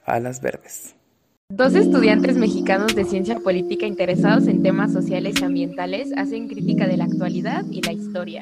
Alas Verdes. Dos estudiantes mexicanos de ciencia política interesados en temas sociales y ambientales hacen crítica de la actualidad y la historia.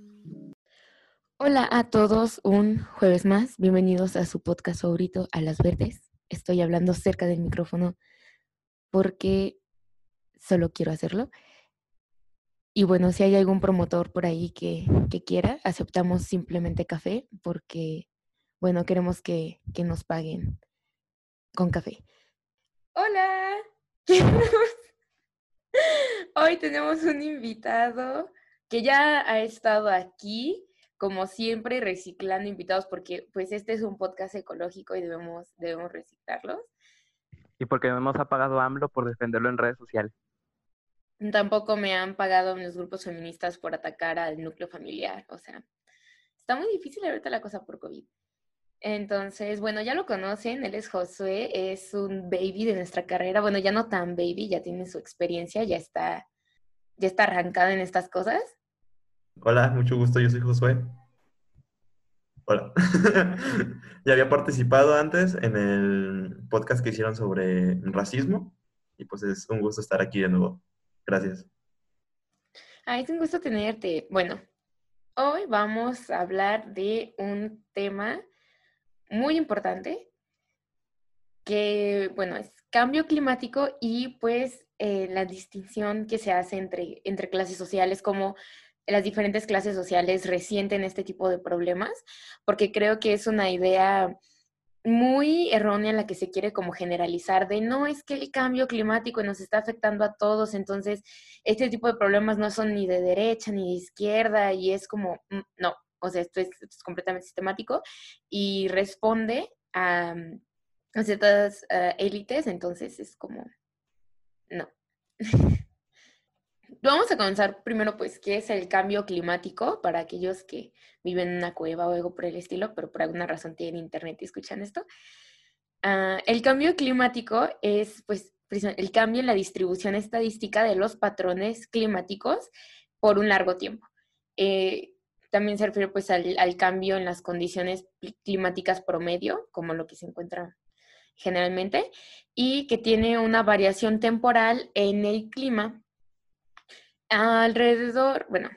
Hola a todos, un jueves más. Bienvenidos a su podcast favorito, Alas Verdes. Estoy hablando cerca del micrófono porque solo quiero hacerlo. Y bueno, si hay algún promotor por ahí que quiera, aceptamos simplemente café porque, bueno, queremos que nos paguen con café. Hola. Hoy tenemos un invitado que ya ha estado aquí, como siempre, reciclando invitados, porque pues este es un podcast ecológico y debemos reciclarlos. Y porque no nos ha pagado AMLO por defenderlo en redes sociales. Tampoco me han pagado los grupos feministas por atacar al núcleo familiar. O sea, está muy difícil ahorita la cosa por COVID. Entonces, bueno, ya lo conocen, él es Josué, es un baby de nuestra carrera. Bueno, ya no tan baby, ya tiene su experiencia, ya está arrancado en estas cosas. Hola, mucho gusto, yo soy Josué. Hola. Ya había participado antes en el podcast que hicieron sobre racismo y pues es un gusto estar aquí de nuevo. Gracias. Ay, es un gusto tenerte. Bueno, hoy vamos a hablar de un tema muy importante que, bueno, es cambio climático y pues la distinción que se hace entre clases sociales, como las diferentes clases sociales resienten este tipo de problemas, porque creo que es una idea muy errónea la que se quiere como generalizar de no, es que el cambio climático nos está afectando a todos, entonces este tipo de problemas no son ni de derecha ni de izquierda y es como, no, o sea, esto es completamente sistemático y responde a ciertas élites, entonces es como, no. Vamos a comenzar primero, pues, ¿qué es el cambio climático? Para aquellos que viven en una cueva o algo por el estilo, pero por alguna razón tienen internet y escuchan esto. El cambio climático es, pues, el cambio en la distribución estadística de los patrones climáticos por un largo tiempo. También se refiere, pues, al cambio en las condiciones climáticas promedio, como lo que se encuentra generalmente, y que tiene una variación temporal en el clima alrededor, bueno,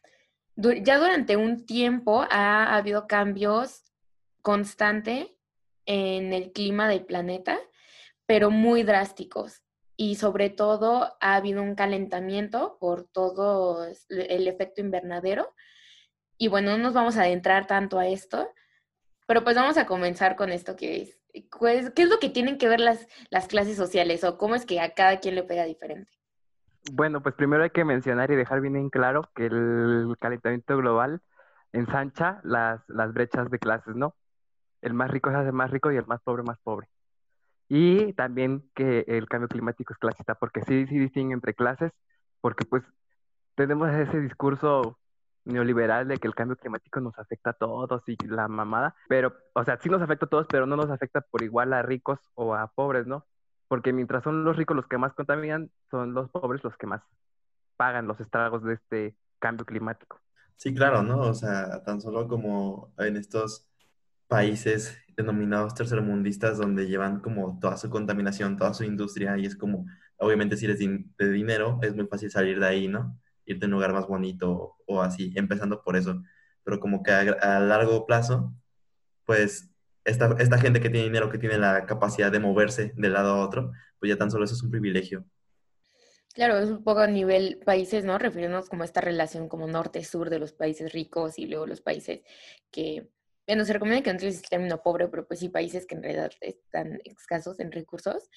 ya durante un tiempo ha habido cambios constantes en el clima del planeta, pero muy drásticos. Y sobre todo ha habido un calentamiento por todo el efecto invernadero. Y bueno, no nos vamos a adentrar tanto a esto, pero pues vamos a comenzar con esto que es, pues, ¿qué es lo que tienen que ver las clases sociales o cómo es que a cada quien le pega diferente? Bueno, pues primero hay que mencionar y dejar bien en claro que el calentamiento global ensancha las brechas de clases, ¿no? El más rico se hace más rico y el más pobre. Y también que el cambio climático es clasista, porque sí distinguen entre clases, porque pues tenemos ese discurso neoliberal de que el cambio climático nos afecta a todos y la mamada, pero, o sea, sí nos afecta a todos, pero no nos afecta por igual a ricos o a pobres, ¿no? Porque mientras son los ricos los que más contaminan, son los pobres los que más pagan los estragos de este cambio climático. Sí, claro, ¿no? O sea, tan solo como en estos países denominados tercermundistas donde llevan como toda su contaminación, toda su industria y es como, obviamente si eres de dinero, es muy fácil salir de ahí, ¿no? Irte a un lugar más bonito o así, empezando por eso. Pero como que a largo plazo pues esta gente que tiene dinero, que tiene la capacidad de moverse de lado a otro, pues ya tan solo eso es un privilegio. Claro, es un poco a nivel países, ¿no? Referirnos como a esta relación como norte-sur de los países ricos y luego los países que, bueno, se recomienda que no utilices el término pobre, pero pues sí países que en realidad están escasos en recursos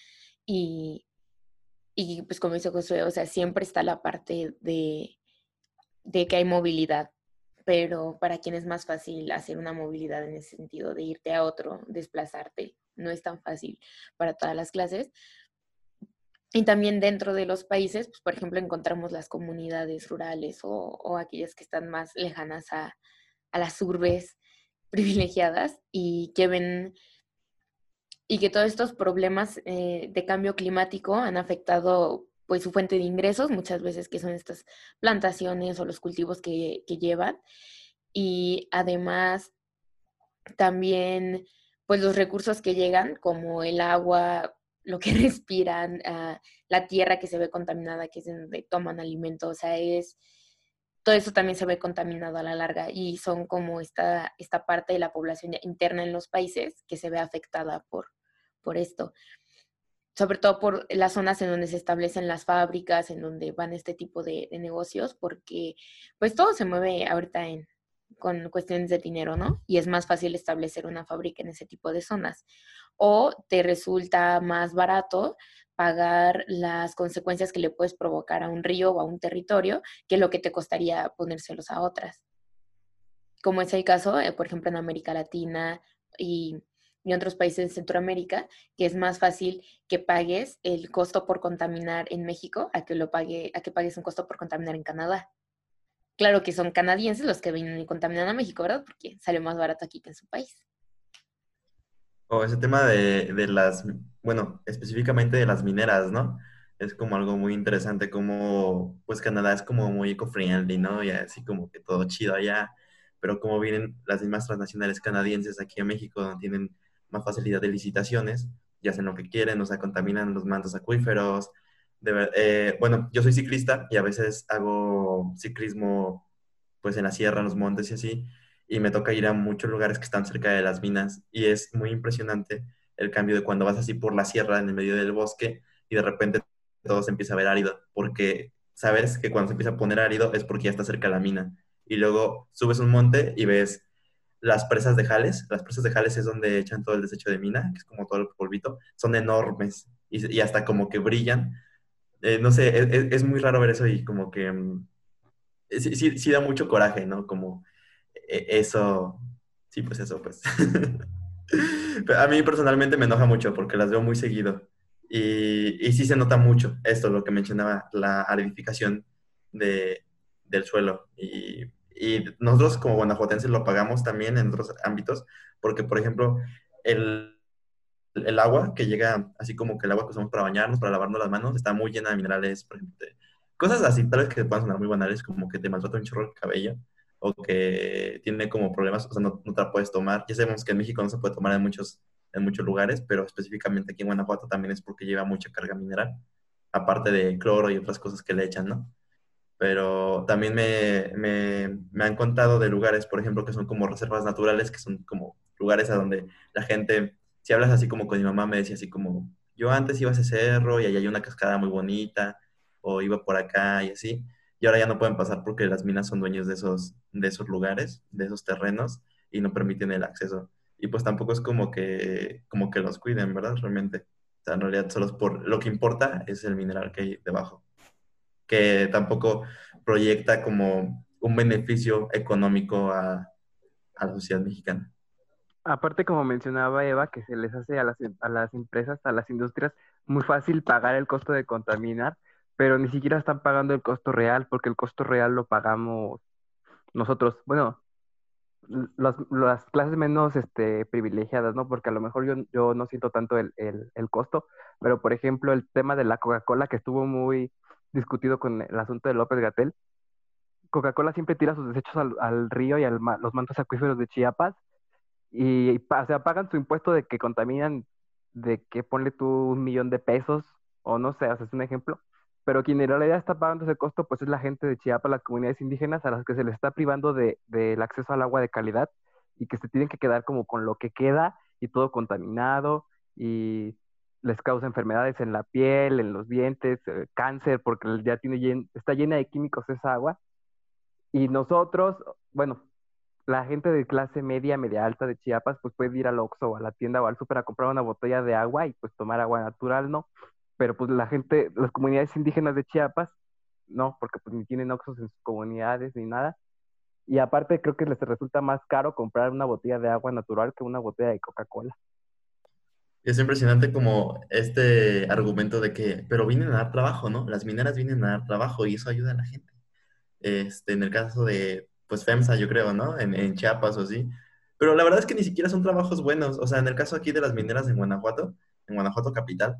y pues como dice Josué, o sea, siempre está la parte de que hay movilidad, pero para quien es más fácil hacer una movilidad en ese sentido de irte a otro, desplazarte, no es tan fácil para todas las clases. Y también dentro de los países, pues, por ejemplo, encontramos las comunidades rurales o aquellas que están más lejanas a las urbes privilegiadas y que ven y que todos estos problemas de cambio climático han afectado pues su fuente de ingresos, muchas veces que son estas plantaciones o los cultivos que llevan. Y además también pues los recursos que llegan, como el agua, lo que respiran, la tierra que se ve contaminada, que es donde toman alimento, o sea, todo eso también se ve contaminado a la larga y son como esta parte de la población interna en los países que se ve afectada por esto. Sobre todo por las zonas en donde se establecen las fábricas, en donde van este tipo de negocios, porque pues todo se mueve ahorita con cuestiones de dinero, ¿no? Y es más fácil establecer una fábrica en ese tipo de zonas. O te resulta más barato pagar las consecuencias que le puedes provocar a un río o a un territorio que lo que te costaría ponérselos a otras. Como es el caso, por ejemplo, en América Latina y otros países de Centroamérica, que es más fácil que pagues el costo por contaminar en México a que pagues un costo por contaminar en Canadá. Claro que son canadienses los que vienen y contaminan a México, ¿verdad? Porque sale más barato aquí que en su país. O ese tema de las, bueno, específicamente de las mineras, ¿no? Es como algo muy interesante, como, pues Canadá es como muy eco-friendly, ¿no? Y así como que todo chido allá, pero como vienen las mismas transnacionales canadienses aquí a México, donde tienen más facilidad de licitaciones, y hacen lo que quieren, o sea, contaminan los mantos acuíferos. Bueno, yo soy ciclista y a veces hago ciclismo, pues en la sierra, en los montes y así, y me toca ir a muchos lugares que están cerca de las minas y es muy impresionante el cambio de cuando vas así por la sierra en el medio del bosque y de repente todo se empieza a ver árido, porque sabes que cuando se empieza a poner árido es porque ya está cerca la mina. Y luego subes un monte y ves las presas de Jales. Las presas de Jales es donde echan todo el desecho de mina, que es como todo el polvito. Son enormes y hasta como que brillan. No sé, es muy raro ver eso y como que sí, sí, sí da mucho coraje, ¿no? Como eso, sí, pues eso, pues. Pero a mí personalmente me enoja mucho porque las veo muy seguido. Y sí se nota mucho esto, lo que mencionaba, la aridificación del suelo. Y nosotros como guanajuatenses lo pagamos también en otros ámbitos, porque, por ejemplo, el, el agua que llega, así como que el agua que usamos para bañarnos, para lavarnos las manos, está muy llena de minerales, por ejemplo, cosas así, tal vez que puedan sonar muy banales, como que te maltrata un chorro el cabello o que tiene como problemas, o sea, no te la puedes tomar. Ya sabemos que en México no se puede tomar en muchos lugares, pero específicamente aquí en Guanajuato también es porque lleva mucha carga mineral, aparte de cloro y otras cosas que le echan, ¿no? Pero también me han contado de lugares, por ejemplo, que son como reservas naturales, que son como lugares a donde la gente, si hablas así como con mi mamá, me decía así como, yo antes iba a ese cerro y allá hay una cascada muy bonita, o iba por acá y así, y ahora ya no pueden pasar porque las minas son dueños de esos lugares, de esos terrenos, y no permiten el acceso. Y pues tampoco es como que los cuiden, ¿verdad? Realmente. O sea, en realidad solo es por, lo que importa es el mineral que hay debajo, que tampoco proyecta como un beneficio económico a la sociedad mexicana. Aparte, como mencionaba Eva, que se les hace a las empresas, a las industrias, muy fácil pagar el costo de contaminar, pero ni siquiera están pagando el costo real, porque el costo real lo pagamos nosotros. Bueno, las clases menos privilegiadas, ¿no? Porque a lo mejor yo no siento tanto el costo, pero por ejemplo, el tema de la Coca-Cola, que estuvo muy discutido con el asunto de López-Gatell. Coca-Cola siempre tira sus desechos al río y los mantos acuíferos de Chiapas y o sea, pagan su impuesto de que contaminan, de que ponle tú 1 millón de pesos, o no sé, o sea, es un ejemplo, pero quien en realidad está pagando ese costo, pues es la gente de Chiapas, las comunidades indígenas a las que se les está privando del acceso al agua de calidad y que se tienen que quedar como con lo que queda y todo contaminado y les causa enfermedades en la piel, en los dientes, cáncer, porque ya está llena de químicos esa agua. Y nosotros, bueno, la gente de clase media, media alta de Chiapas, pues puede ir al Oxxo o a la tienda o al súper a comprar una botella de agua y pues tomar agua natural, ¿no? Pero pues la gente, las comunidades indígenas de Chiapas, no, porque pues ni tienen Oxxos en sus comunidades ni nada. Y aparte creo que les resulta más caro comprar una botella de agua natural que una botella de Coca-Cola. Es impresionante como este argumento de que, pero vienen a dar trabajo, ¿no? Las mineras vienen a dar trabajo y eso ayuda a la gente. En el caso de, pues, FEMSA, yo creo, ¿no? En Chiapas o así. Pero la verdad es que ni siquiera son trabajos buenos. O sea, en el caso aquí de las mineras en Guanajuato capital,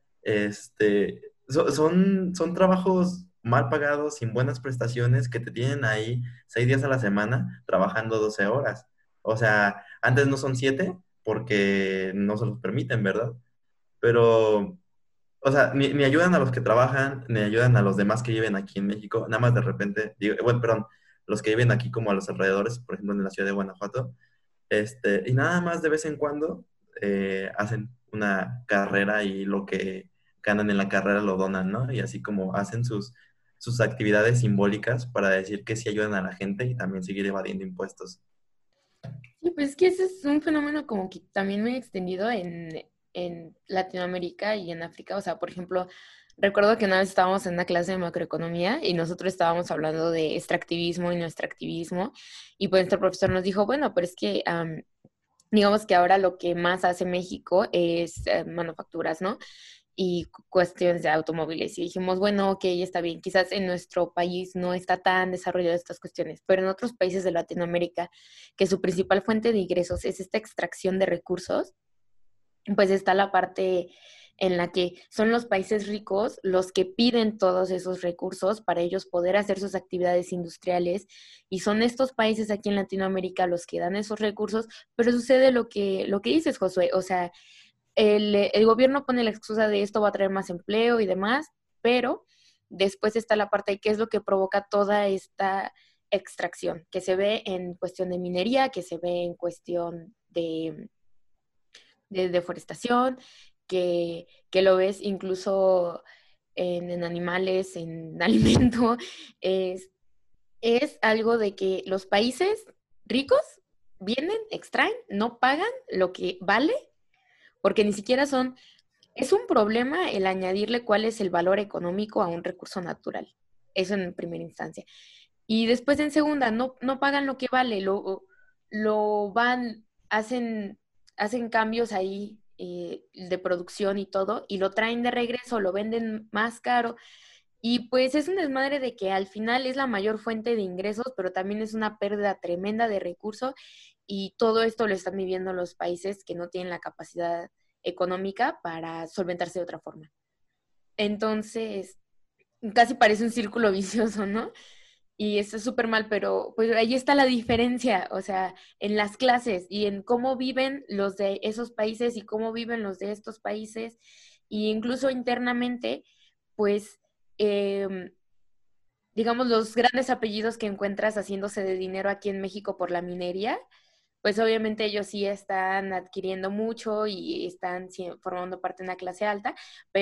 son trabajos mal pagados, sin buenas prestaciones, que te tienen ahí 6 días a la semana trabajando 12 horas. O sea, antes no son 7, porque no se los permiten, ¿verdad? Pero, o sea, ni ayudan a los que trabajan, ni ayudan a los demás que viven aquí en México, nada más de repente, digo, bueno, perdón, los que viven aquí como a los alrededores, por ejemplo, en la ciudad de Guanajuato, y nada más de vez en cuando hacen una carrera y lo que ganan en la carrera lo donan, ¿no? Y así como hacen sus actividades simbólicas para decir que sí ayudan a la gente y también seguir evadiendo impuestos. Sí, pues es que ese es un fenómeno como que también muy extendido en Latinoamérica y en África. O sea, por ejemplo, recuerdo que una vez estábamos en una clase de macroeconomía y nosotros estábamos hablando de extractivismo y no extractivismo. Y pues nuestro profesor nos dijo, bueno, pero es que digamos que ahora lo que más hace México es manufacturas, ¿no? Y cuestiones de automóviles. Y dijimos, bueno, ok, está bien, quizás en nuestro país no está tan desarrollado estas cuestiones, pero en otros países de Latinoamérica, que su principal fuente de ingresos es esta extracción de recursos, pues está la parte en la que son los países ricos los que piden todos esos recursos para ellos poder hacer sus actividades industriales y son estos países aquí en Latinoamérica los que dan esos recursos, pero sucede lo que dices, Josué, o sea, el gobierno pone la excusa de esto va a traer más empleo y demás, pero después está la parte de qué es lo que provoca toda esta extracción, que se ve en cuestión de minería, que se ve en cuestión de deforestación, que lo ves incluso en animales, en alimento, es, es algo de que los países ricos vienen, extraen, no pagan lo que vale, porque ni siquiera son, es un problema el añadirle cuál es el valor económico a un recurso natural. Eso en primera instancia. Y después en segunda, no pagan lo que vale, lo van, hacen cambios ahí de producción y todo, y lo traen de regreso, lo venden más caro. Y pues es un desmadre de que al final es la mayor fuente de ingresos, pero también es una pérdida tremenda de recursos y todo esto lo están viviendo los países que no tienen la capacidad económica para solventarse de otra forma. Entonces, casi parece un círculo vicioso, ¿no? Y eso es súper mal, pero pues ahí está la diferencia, o sea, en las clases y en cómo viven los de esos países y cómo viven los de estos países, e incluso internamente, pues, eh, digamos, los grandes apellidos que encuentras haciéndose de dinero aquí en México por la minería, pues obviamente ellos sí están adquiriendo mucho y están formando parte de una clase alta,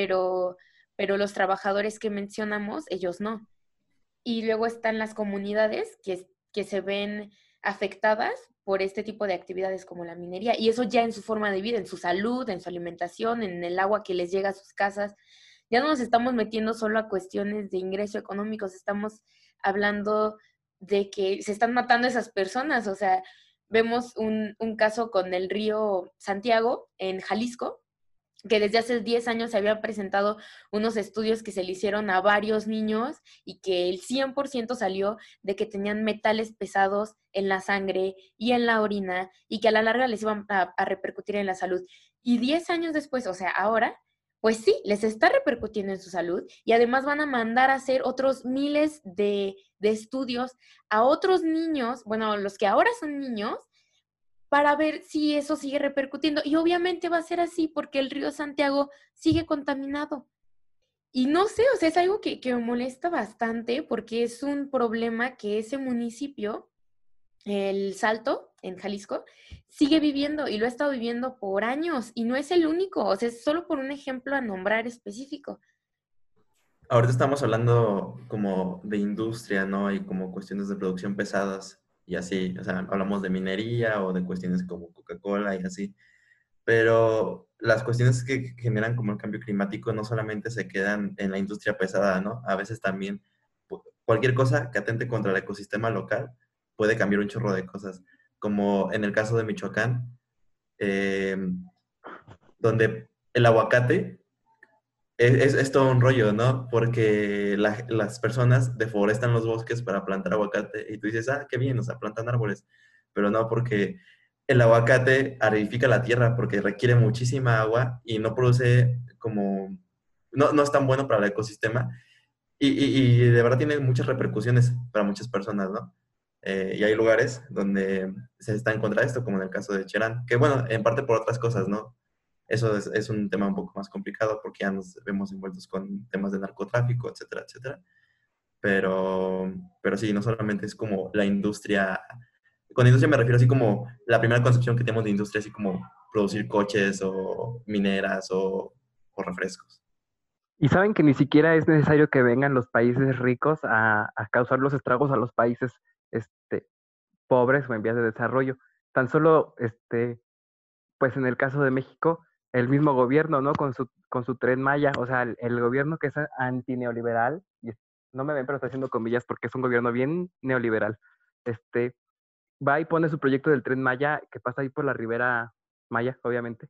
pero los trabajadores que mencionamos, ellos no. Y luego están las comunidades que se ven afectadas por este tipo de actividades como la minería. Y eso ya en su forma de vida, en su salud, en su alimentación, en el agua que les llega a sus casas. Ya no nos estamos metiendo solo a cuestiones de ingreso económicos, estamos hablando de que se están matando esas personas. O sea, vemos un caso con el río Santiago en Jalisco, que desde hace 10 años se habían presentado unos estudios que se le hicieron a varios niños y que el 100% salió de que tenían metales pesados en la sangre y en la orina y que a la larga les iban a repercutir en la salud. Y 10 años después, o sea, ahora, pues sí, les está repercutiendo en su salud y además van a mandar a hacer otros miles de estudios a otros niños, bueno, los que ahora son niños, para ver si eso sigue repercutiendo. Y obviamente va a ser así porque el río Santiago sigue contaminado. Y no sé, o sea, es algo que me molesta bastante porque es un problema que ese municipio, El Salto, en Jalisco, sigue viviendo y lo ha estado viviendo por años y no es el único, o sea, es solo por un ejemplo a nombrar específico. Ahorita estamos hablando como de industria, ¿no? Y como cuestiones de producción pesadas y así, o sea, hablamos de minería o de cuestiones como Coca-Cola y así, pero las cuestiones que generan como el cambio climático no solamente se quedan en la industria pesada, ¿no? A veces también cualquier cosa que atente contra el ecosistema local puede cambiar un chorro de cosas, como en el caso de Michoacán, eh, donde el aguacate es todo un rollo, ¿no? Porque las personas deforestan los bosques para plantar aguacate y tú dices, ah, qué bien, o sea, plantan árboles, pero no, porque el aguacate aridifica la tierra porque requiere muchísima agua y no produce como, no es tan bueno para el ecosistema y de verdad tiene muchas repercusiones para muchas personas, ¿no? Y hay lugares donde se está en contra de esto, como en el caso de Cherán, que bueno, en parte por otras cosas, ¿no? Eso es un tema un poco más complicado porque ya nos vemos envueltos con temas de narcotráfico, etcétera, etcétera. Pero sí, no solamente es como la industria, con industria me refiero así como la primera concepción que tenemos de industria, así como producir coches o mineras o refrescos. Y saben que ni siquiera es necesario que vengan los países ricos a causar los estragos a los países este, pobres o en vías de desarrollo. Tan solo, pues en el caso de México, el mismo gobierno, ¿no? Con su Tren Maya, o sea, el gobierno que es antineoliberal, y no me ven, pero estoy haciendo comillas porque es un gobierno bien neoliberal, va y pone su proyecto del Tren Maya que pasa ahí por la Ribera Maya, obviamente,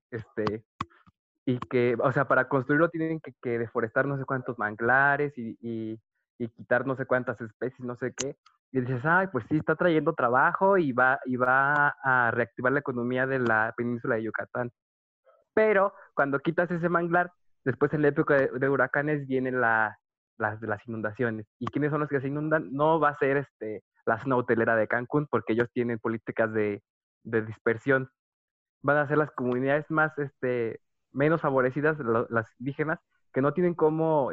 y que, o sea, para construirlo tienen que deforestar no sé cuántos manglares y quitar no sé cuántas especies, no sé qué. Y dices, ay, pues sí, está trayendo trabajo y va a reactivar la economía de la península de Yucatán. Pero cuando quitas ese manglar, después en la época de huracanes vienen las inundaciones. ¿Y quiénes son los que se inundan? No va a ser la zona hotelera de Cancún, porque ellos tienen políticas de dispersión. Van a ser las comunidades más, menos favorecidas, las indígenas, que no tienen cómo,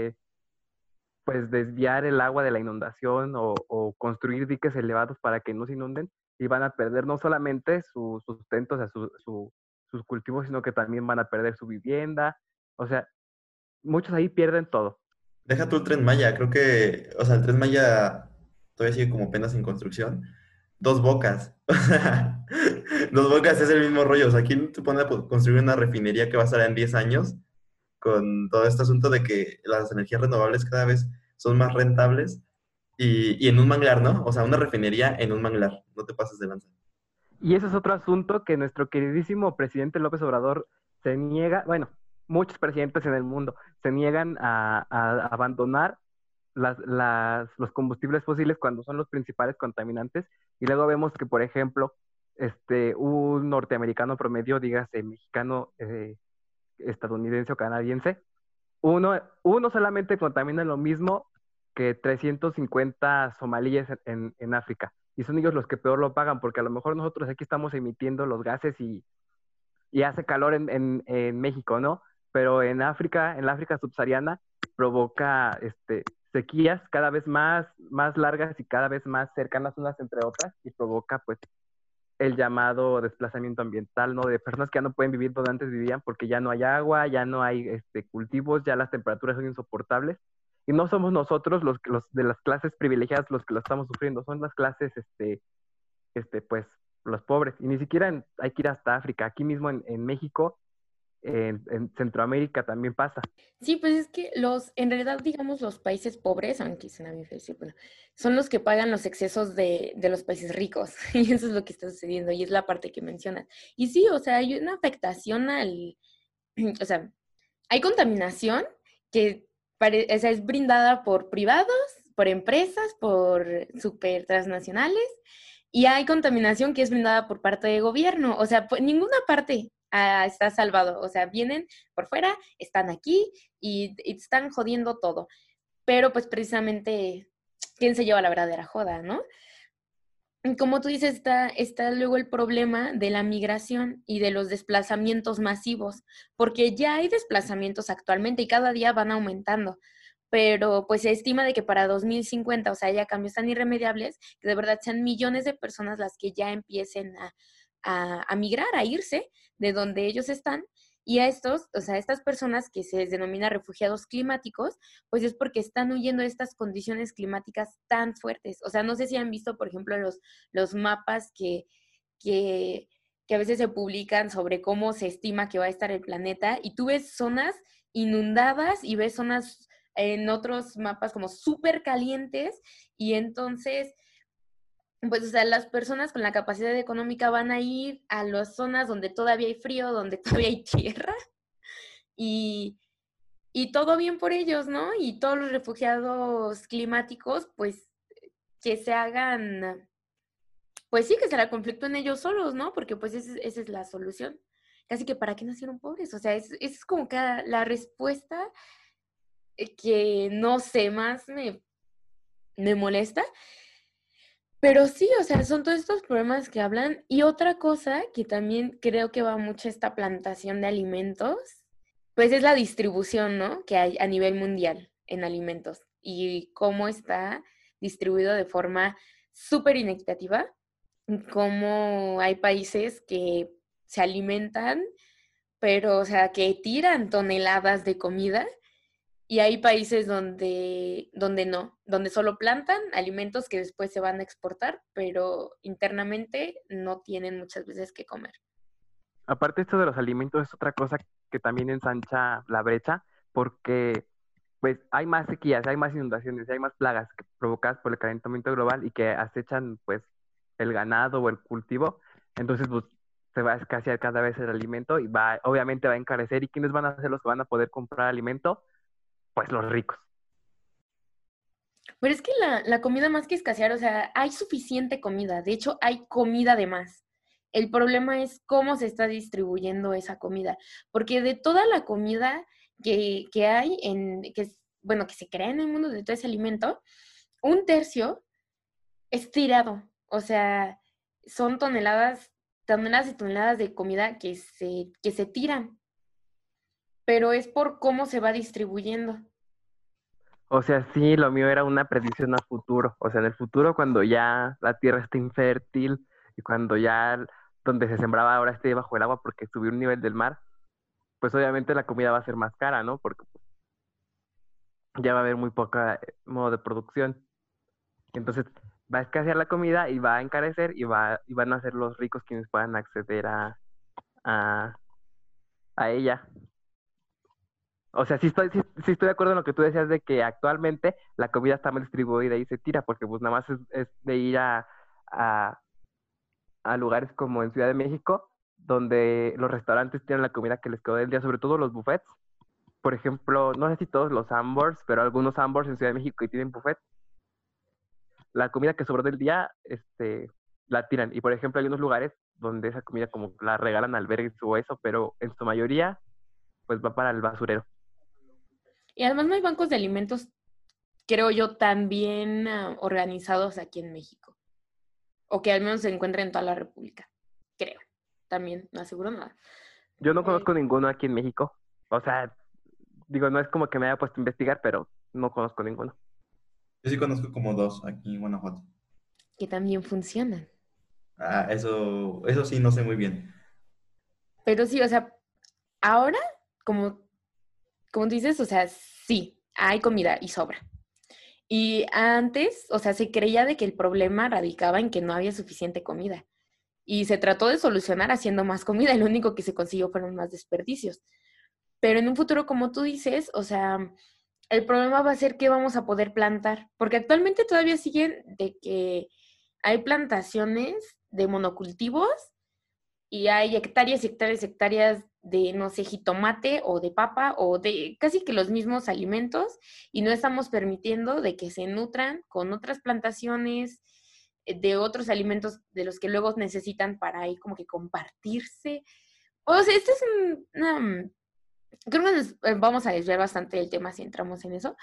pues desviar el agua de la inundación o construir diques elevados para que no se inunden y van a perder no solamente su sustento, o sea, sus cultivos, sino que también van a perder su vivienda. O sea, muchos ahí pierden todo. Deja tú el Tren Maya, creo que, o sea, el Tren Maya todavía sigue como apenas en construcción. Dos Bocas, o sea, Dos Bocas es el mismo rollo, o sea, ¿quién te pone a construir una refinería que va a estar en 10 años con todo este asunto de que las energías renovables cada vez son más rentables y en un manglar, ¿no? O sea, una refinería en un manglar, no te pases de lanza. Y ese es otro asunto que nuestro queridísimo presidente López Obrador se niega, bueno, muchos presidentes en el mundo se niegan a abandonar los combustibles fósiles cuando son los principales contaminantes. Y luego vemos que, por ejemplo, un norteamericano promedio, dígase mexicano, estadounidense o canadiense, uno solamente contamina lo mismo que 350 somalíes en África. Y son ellos los que peor lo pagan, porque a lo mejor nosotros aquí estamos emitiendo los gases y hace calor en México, ¿no? Pero en la África subsahariana, provoca sequías cada vez más largas y cada vez más cercanas unas entre otras, y provoca pues el llamado desplazamiento ambiental, ¿no? De personas que ya no pueden vivir donde antes vivían porque ya no hay agua, ya no hay cultivos, ya las temperaturas son insoportables. Y no somos nosotros los de las clases privilegiadas los que lo estamos sufriendo, son las clases, pues, los pobres. Y ni siquiera hay que ir hasta África, aquí mismo en México, en Centroamérica también pasa. Sí, pues es que en realidad, digamos, los países pobres, aunque suena bien feo decir, bueno, son los que pagan los excesos de los países ricos. Y eso es lo que está sucediendo, y es la parte que mencionas. Y sí, o sea, hay una afectación o sea, hay contaminación que o sea, es brindada por privados, por empresas, por super transnacionales, y hay contaminación que es brindada por parte de gobierno. O sea, ninguna parte está salvado. O sea, vienen por fuera, están aquí y están jodiendo todo. Pero pues precisamente, ¿quién se lleva la verdadera joda, no? Como tú dices, está luego el problema de la migración y de los desplazamientos masivos, porque ya hay desplazamientos actualmente y cada día van aumentando, pero pues se estima de que para 2050, o sea, ya cambios tan irremediables, que de verdad sean millones de personas las que ya empiecen a migrar, a irse de donde ellos están. Y a estos, o sea, estas personas que se les denomina refugiados climáticos, pues es porque están huyendo de estas condiciones climáticas tan fuertes. O sea, no sé si han visto, por ejemplo, los mapas que, que a veces se publican sobre cómo se estima que va a estar el planeta, y tú ves zonas inundadas y ves zonas en otros mapas como súper calientes, y entonces, pues, o sea, las personas con la capacidad económica van a ir a las zonas donde todavía hay frío, donde todavía hay tierra, y, y todo bien por ellos, ¿no? Y todos los refugiados climáticos, pues, que se hagan, pues sí, que se la conflictúen ellos solos, ¿no? Porque pues esa es la solución. Casi que para qué nacieron pobres. O sea, es como que la respuesta que no sé, más me molesta. Pero sí, o sea, son todos estos problemas que hablan. Y otra cosa que también creo que va mucho a esta plantación de alimentos, pues es la distribución, ¿no? Que hay a nivel mundial en alimentos y cómo está distribuido de forma súper inequitativa, cómo hay países que se alimentan, pero, o sea, que tiran toneladas de comida y hay países donde no, donde solo plantan alimentos que después se van a exportar, pero internamente no tienen muchas veces que comer. Aparte, esto de los alimentos es otra cosa que también ensancha la brecha, porque pues hay más sequías, hay más inundaciones, hay más plagas provocadas por el calentamiento global y que acechan pues el ganado o el cultivo. Entonces, pues se va a escasear cada vez el alimento y obviamente va a encarecer. ¿Y quiénes van a ser los que van a poder comprar alimento? Pues los ricos. Pero es que la comida más que escasear, o sea, hay suficiente comida, de hecho hay comida de más. El problema es cómo se está distribuyendo esa comida, porque de toda la comida que hay, bueno, que se crea en el mundo de todo ese alimento, un tercio es tirado, o sea, son toneladas y toneladas de comida que se tiran, pero es por cómo se va distribuyendo. O sea, sí, lo mío era una predicción a futuro. O sea, en el futuro, cuando ya la tierra esté infértil y cuando ya donde se sembraba ahora esté bajo el agua porque subió un nivel del mar, pues obviamente la comida va a ser más cara, ¿no? Porque pues, ya va a haber muy poca modo de producción. Entonces va a escasear la comida y va a encarecer y van a ser los ricos quienes puedan acceder a, a ella. O sea, sí estoy de acuerdo en lo que tú decías de que actualmente la comida está mal distribuida y se tira, porque pues nada más es de ir a, a lugares como en Ciudad de México, donde los restaurantes tienen la comida que les quedó del día, sobre todo los buffets. Por ejemplo, no sé si todos los Ambors, pero algunos Ambors en Ciudad de México que tienen buffet, la comida que sobró del día, la tiran. Y por ejemplo, hay unos lugares donde esa comida como la regalan albergues o eso, pero en su mayoría, pues va para el basurero. Y además no hay bancos de alimentos, creo yo, tan bien organizados aquí en México. O que al menos se encuentren en toda la República. Creo. También, no aseguro nada. Yo no conozco ninguno aquí en México. O sea, digo, no es como que me haya puesto a investigar, pero no conozco ninguno. Yo sí conozco como dos aquí en Guanajuato. Que también funcionan. Ah, eso sí, no sé muy bien. Pero sí, o sea, ahora, como tú dices, o sea, sí, hay comida y sobra. Y antes, o sea, se creía de que el problema radicaba en que no había suficiente comida. Y se trató de solucionar haciendo más comida y lo único que se consiguió fueron más desperdicios. Pero en un futuro, como tú dices, o sea, el problema va a ser qué vamos a poder plantar, porque actualmente todavía siguen de que hay plantaciones de monocultivos y hay hectáreas y hectáreas y hectáreas de, no sé, jitomate o de papa o de casi que los mismos alimentos y no estamos permitiendo de que se nutran con otras plantaciones de otros alimentos de los que luego necesitan para ahí como que compartirse. O sea, este es creo que nos vamos a desviar bastante del tema si entramos en eso,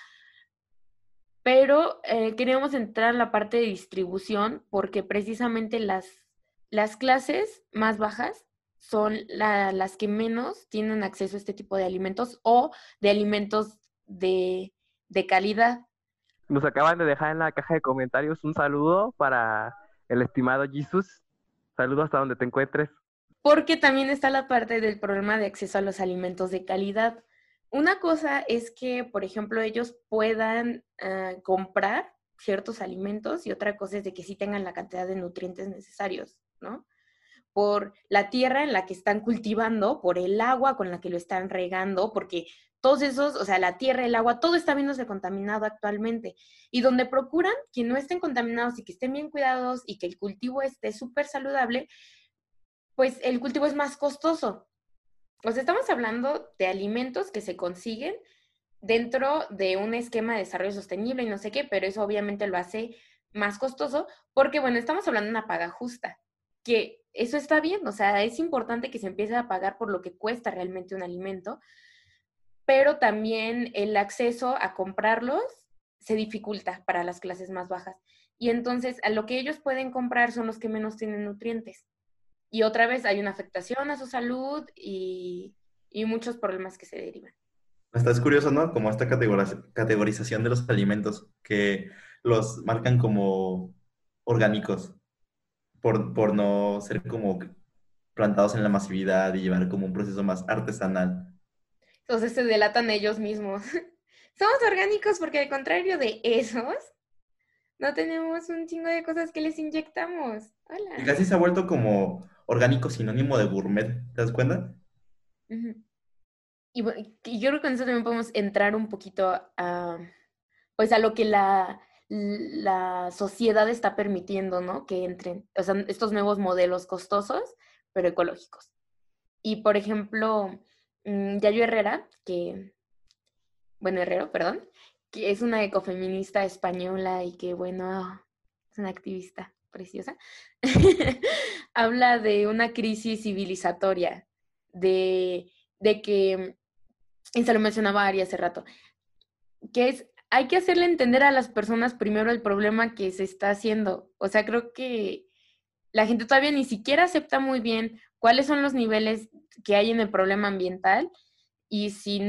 pero queríamos entrar en la parte de distribución porque precisamente las clases más bajas son las que menos tienen acceso a este tipo de alimentos o de alimentos de calidad. Nos acaban de dejar en la caja de comentarios un saludo para el estimado Jesus. Saludo hasta donde te encuentres. Porque también está la parte del problema de acceso a los alimentos de calidad. Una cosa es que, por ejemplo, ellos puedan comprar ciertos alimentos y otra cosa es de que sí tengan la cantidad de nutrientes necesarios, ¿no? Por la tierra en la que están cultivando, por el agua con la que lo están regando, porque todos esos, o sea, la tierra, el agua, todo está viéndose contaminado actualmente. Y donde procuran que no estén contaminados y que estén bien cuidados y que el cultivo esté súper saludable, pues el cultivo es más costoso. O sea, estamos hablando de alimentos que se consiguen dentro de un esquema de desarrollo sostenible y no sé qué, pero eso obviamente lo hace más costoso porque, bueno, estamos hablando de una paga justa, que eso está bien, o sea, es importante que se empiece a pagar por lo que cuesta realmente un alimento, pero también el acceso a comprarlos se dificulta para las clases más bajas. Y entonces a lo que ellos pueden comprar son los que menos tienen nutrientes. Y otra vez hay una afectación a su salud y muchos problemas que se derivan. Hasta es curioso, ¿no? Como esta categorización de los alimentos que los marcan como orgánicos por no ser como plantados en la masividad y llevar como un proceso más artesanal. Entonces se delatan ellos mismos. Somos orgánicos porque al contrario de esos, no tenemos un chingo de cosas que les inyectamos. Y Hola. casi se ha vuelto como orgánico sinónimo de gourmet, ¿te das cuenta? Ujú. Y yo creo que con eso también podemos entrar un poquito a, pues a lo que la sociedad está permitiendo, ¿no? Que entren, o sea, estos nuevos modelos costosos, pero ecológicos. Y por ejemplo, Yayo Herrera, Herrero, perdón, que es una ecofeminista española y que, bueno, es una activista preciosa, habla de una crisis civilizatoria, de que, y se lo mencionaba Ari hace rato, que es, hay que hacerle entender a las personas primero el problema que se está haciendo. O sea, creo que la gente todavía ni siquiera acepta muy bien cuáles son los niveles que hay en el problema ambiental y si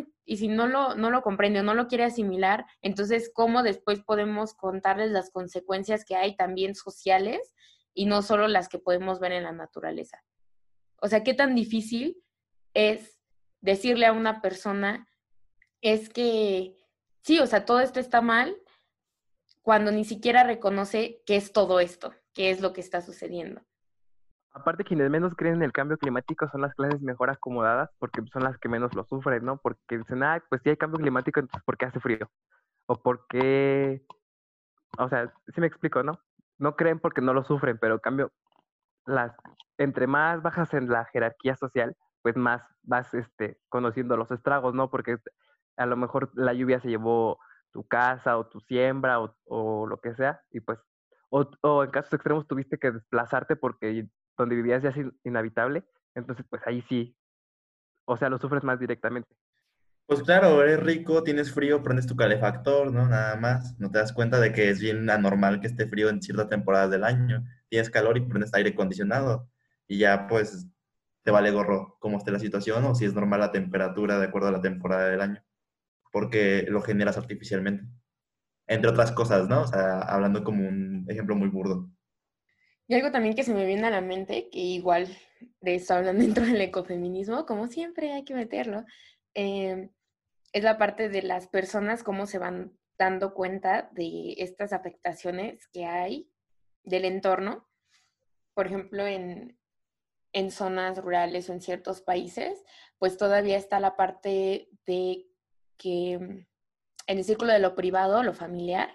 no lo comprende o no lo quiere asimilar, entonces cómo después podemos contarles las consecuencias que hay también sociales y no solo las que podemos ver en la naturaleza. O sea, qué tan difícil es decirle a una persona es que sí, o sea, todo esto está mal cuando ni siquiera reconoce qué es todo esto, qué es lo que está sucediendo. Aparte, quienes menos creen en el cambio climático son las clases mejor acomodadas porque son las que menos lo sufren, ¿no? Porque dicen, ah, pues sí hay cambio climático, entonces ¿por qué hace frío? O ¿por qué? O sea, sí me explico, ¿no? No creen porque no lo sufren, pero en cambio, las, entre más bajas en la jerarquía social, pues más vas conociendo los estragos, ¿no? Porque a lo mejor la lluvia se llevó tu casa o tu siembra o lo que sea, y pues, o en casos extremos tuviste que desplazarte porque donde vivías ya es inhabitable, entonces pues ahí sí, o sea, lo sufres más directamente. Pues claro, eres rico, tienes frío, prendes tu calefactor, ¿no? Nada más. No te das cuenta de que es bien anormal que esté frío en ciertas temporadas del año. Tienes calor y prendes aire acondicionado. Y ya pues te vale gorro cómo esté la situación o si es normal la temperatura de acuerdo a la temporada del año. Porque lo generas artificialmente. Entre otras cosas, ¿no? O sea, hablando como un ejemplo muy burdo. Y algo también que se me viene a la mente, que igual de eso hablan dentro del ecofeminismo, como siempre hay que meterlo, eh, es la parte de las personas, cómo se van dando cuenta de estas afectaciones que hay del entorno. Por ejemplo, en zonas rurales o en ciertos países, pues todavía está la parte de que en el círculo de lo privado, lo familiar,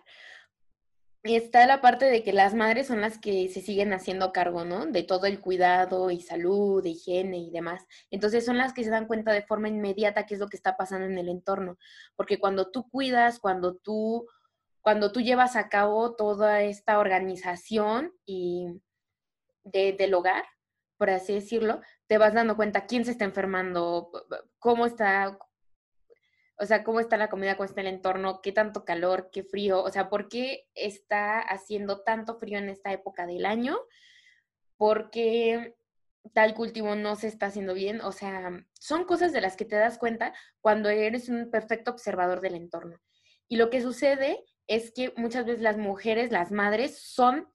y está la parte de que las madres son las que se siguen haciendo cargo, ¿no? De todo el cuidado y salud, de higiene y demás. Entonces son las que se dan cuenta de forma inmediata qué es lo que está pasando en el entorno. Porque cuando tú cuidas, cuando tú llevas a cabo toda esta organización del hogar, por así decirlo, te vas dando cuenta quién se está enfermando, cómo está, o sea, cómo está la comida, cómo está el entorno, qué tanto calor, qué frío, o sea, por qué está haciendo tanto frío en esta época del año, por qué tal cultivo no se está haciendo bien, o sea, son cosas de las que te das cuenta cuando eres un perfecto observador del entorno. Y lo que sucede es que muchas veces las mujeres, las madres, son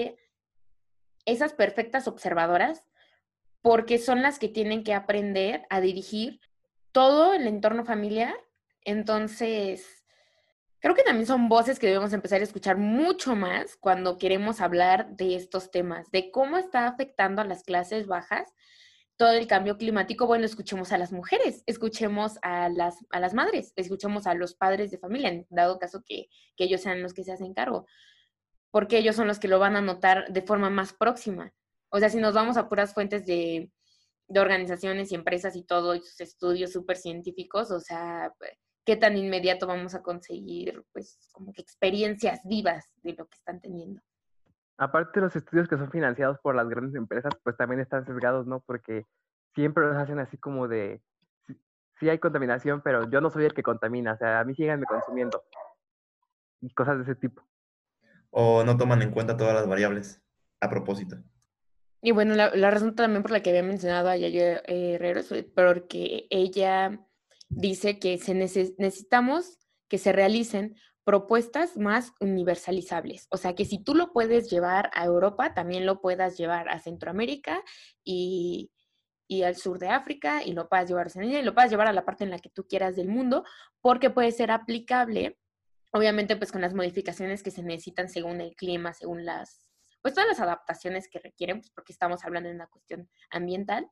esas perfectas observadoras porque son las que tienen que aprender a dirigir todo el entorno familiar. Entonces, creo que también son voces que debemos empezar a escuchar mucho más cuando queremos hablar de estos temas, de cómo está afectando a las clases bajas todo el cambio climático. Bueno, escuchemos a las mujeres, escuchemos a las madres, escuchemos a los padres de familia, en dado caso que ellos sean los que se hacen cargo, porque ellos son los que lo van a notar de forma más próxima. O sea, si nos vamos a puras fuentes de organizaciones y empresas y todo, y sus estudios súper científicos, o sea, qué tan inmediato vamos a conseguir, pues, como que experiencias vivas de lo que están teniendo. Aparte, los estudios que son financiados por las grandes empresas, pues también están sesgados, ¿no? Porque siempre los hacen así como de, sí, sí hay contaminación, pero yo no soy el que contamina, o sea, a mí síganme consumiendo. y cosas de ese tipo. O no toman en cuenta todas las variables a propósito. Y bueno, la razón también por la que había mencionado a Yayo Herrero es porque ella dice que necesitamos que se realicen propuestas más universalizables. O sea, que si tú lo puedes llevar a Europa, también lo puedas llevar a Centroamérica y, y al sur de África, y lo puedas llevar a Oceanía, y lo puedas llevar a la parte en la que tú quieras del mundo, porque puede ser aplicable, obviamente, pues con las modificaciones que se necesitan según el clima, según pues todas las adaptaciones que requieren, pues porque estamos hablando de una cuestión ambiental,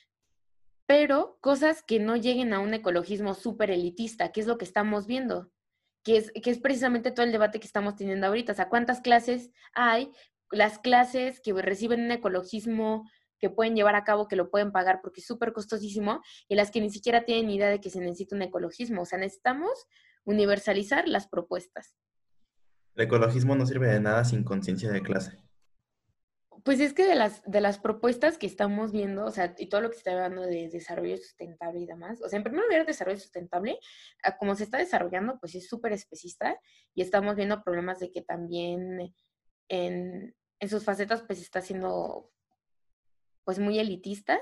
pero cosas que no lleguen a un ecologismo súper elitista, que es lo que estamos viendo, que es precisamente todo el debate que estamos teniendo ahorita. O sea, ¿cuántas clases hay? Las clases que reciben un ecologismo que pueden llevar a cabo, que lo pueden pagar porque es súper costosísimo, y las que ni siquiera tienen idea de que se necesita un ecologismo. O sea, necesitamos universalizar las propuestas. El ecologismo no sirve de nada sin conciencia de clase. Pues es que de las propuestas que estamos viendo, o sea, y todo lo que se está hablando de desarrollo sustentable y demás, o sea, en primer lugar, desarrollo sustentable, como se está desarrollando, pues es súper especista y estamos viendo problemas de que también en sus facetas, pues está siendo, pues muy elitista.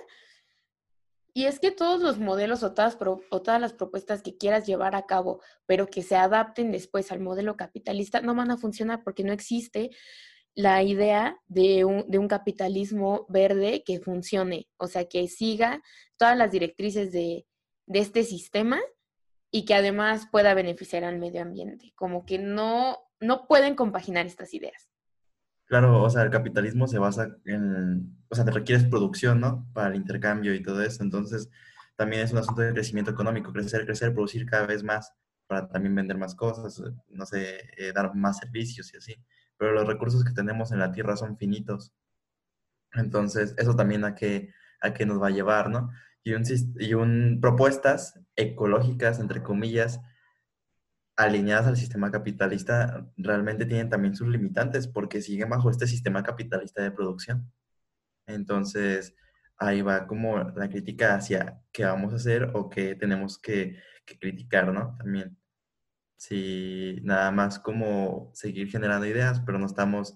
Y es que todos los modelos o todas las propuestas que quieras llevar a cabo, pero que se adapten después al modelo capitalista, no van a funcionar porque no existe la idea de un capitalismo verde que funcione, o sea, que siga todas las directrices de este sistema y que además pueda beneficiar al medio ambiente. Como que no pueden compaginar estas ideas. Claro, o sea, el capitalismo se basa o sea, te requieres producción, ¿no? Para el intercambio y todo eso. Entonces, también es un asunto de crecimiento económico, crecer, crecer, producir cada vez más para también vender más cosas, no sé, dar más servicios y así. Pero los recursos que tenemos en la tierra son finitos. Entonces, eso también a qué nos va a llevar, ¿no? Propuestas ecológicas, entre comillas, alineadas al sistema capitalista, realmente tienen también sus limitantes porque siguen bajo este sistema capitalista de producción. Entonces, ahí va como la crítica hacia qué vamos a hacer o qué tenemos que criticar, ¿no? También. Si nada más como seguir generando ideas, pero no estamos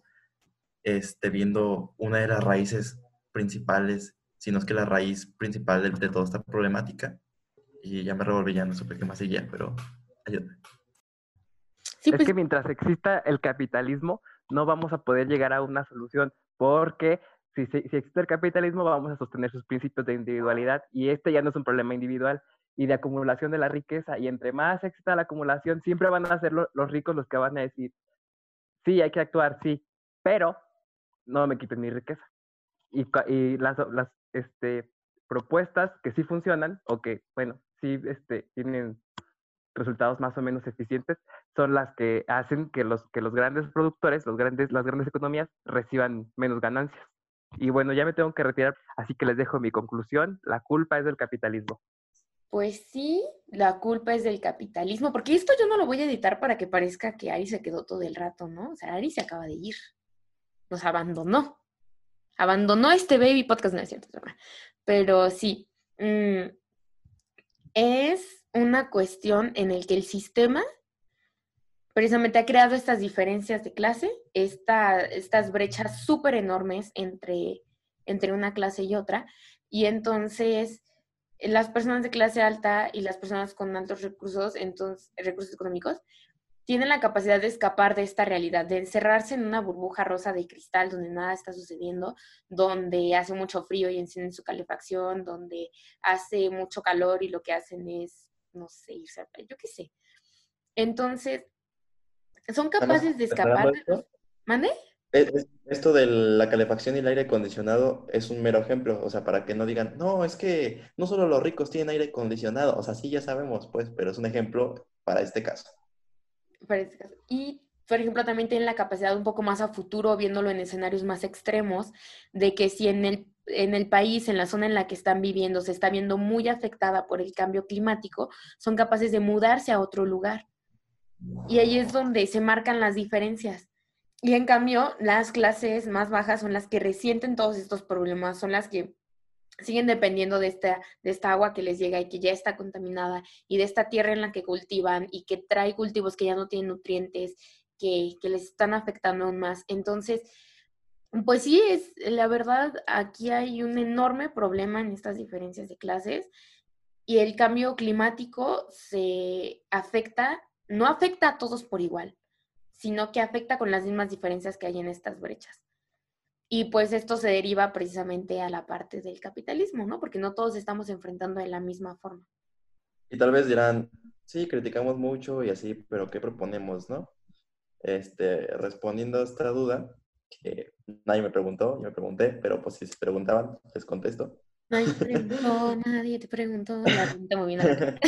viendo una de las raíces principales, sino es que la raíz principal de toda esta problemática. Y ya me revolví, ya no supe qué más seguía, pero ayúdame. Sí, Es pues que mientras exista el capitalismo, no vamos a poder llegar a una solución, porque si existe el capitalismo, vamos a sostener sus principios de individualidad, y este ya no es un problema individual y de acumulación de la riqueza, y entre más exista la acumulación, siempre van a ser los ricos los que van a decir, sí, hay que actuar, sí, pero no me quiten mi riqueza. Y las propuestas que sí funcionan, o que, bueno, sí tienen resultados más o menos eficientes, son las que hacen que los grandes productores, las grandes economías reciban menos ganancias. Y bueno, ya me tengo que retirar, así que les dejo mi conclusión. La culpa es del capitalismo. Pues sí, la culpa es del capitalismo, porque esto yo no lo voy a editar para que parezca que Ari se quedó todo el rato, ¿no? O sea, Ari se acaba de ir, nos abandonó este baby podcast, no es cierto, es broma. Pero sí, es una cuestión en el que el sistema precisamente ha creado estas diferencias de clase, estas brechas súper enormes entre una clase y otra, y entonces las personas de clase alta y las personas con altos recursos, entonces recursos económicos, tienen la capacidad de escapar de esta realidad, de encerrarse en una burbuja rosa de cristal donde nada está sucediendo, donde hace mucho frío y encienden su calefacción, donde hace mucho calor y lo que hacen es, no sé, irse a yo qué sé. Entonces, son capaces de escapar Aclarando de los... esto, ¿Mande? esto de la calefacción y el aire acondicionado es un mero ejemplo, o sea, para que no digan, no, es que no solo los ricos tienen aire acondicionado, o sea, sí ya sabemos, pues, pero es un ejemplo para este caso. Para este caso. Y, por ejemplo, también tienen la capacidad un poco más a futuro, viéndolo en escenarios más extremos, de que si en el país, en la zona en la que están viviendo, se está viendo muy afectada por el cambio climático, son capaces de mudarse a otro lugar. Y ahí es donde se marcan las diferencias. Y en cambio, las clases más bajas son las que resienten todos estos problemas, son las que siguen dependiendo de esta agua que les llega y que ya está contaminada y de esta tierra en la que cultivan y que trae cultivos que ya no tienen nutrientes que les están afectando aún más. Entonces, pues sí, la verdad, aquí hay un enorme problema en estas diferencias de clases y el cambio climático no afecta a todos por igual, sino que afecta con las mismas diferencias que hay en estas brechas. Y pues esto se deriva precisamente a la parte del capitalismo, ¿no? Porque no todos estamos enfrentando de la misma forma. Y tal vez dirán, sí, criticamos mucho y así, pero ¿qué proponemos, no? Respondiendo a esta duda, que nadie me preguntó, yo me pregunté, pero pues si se preguntaban, les contesto. Nadie te preguntó. La pregunta muy bien a la cara.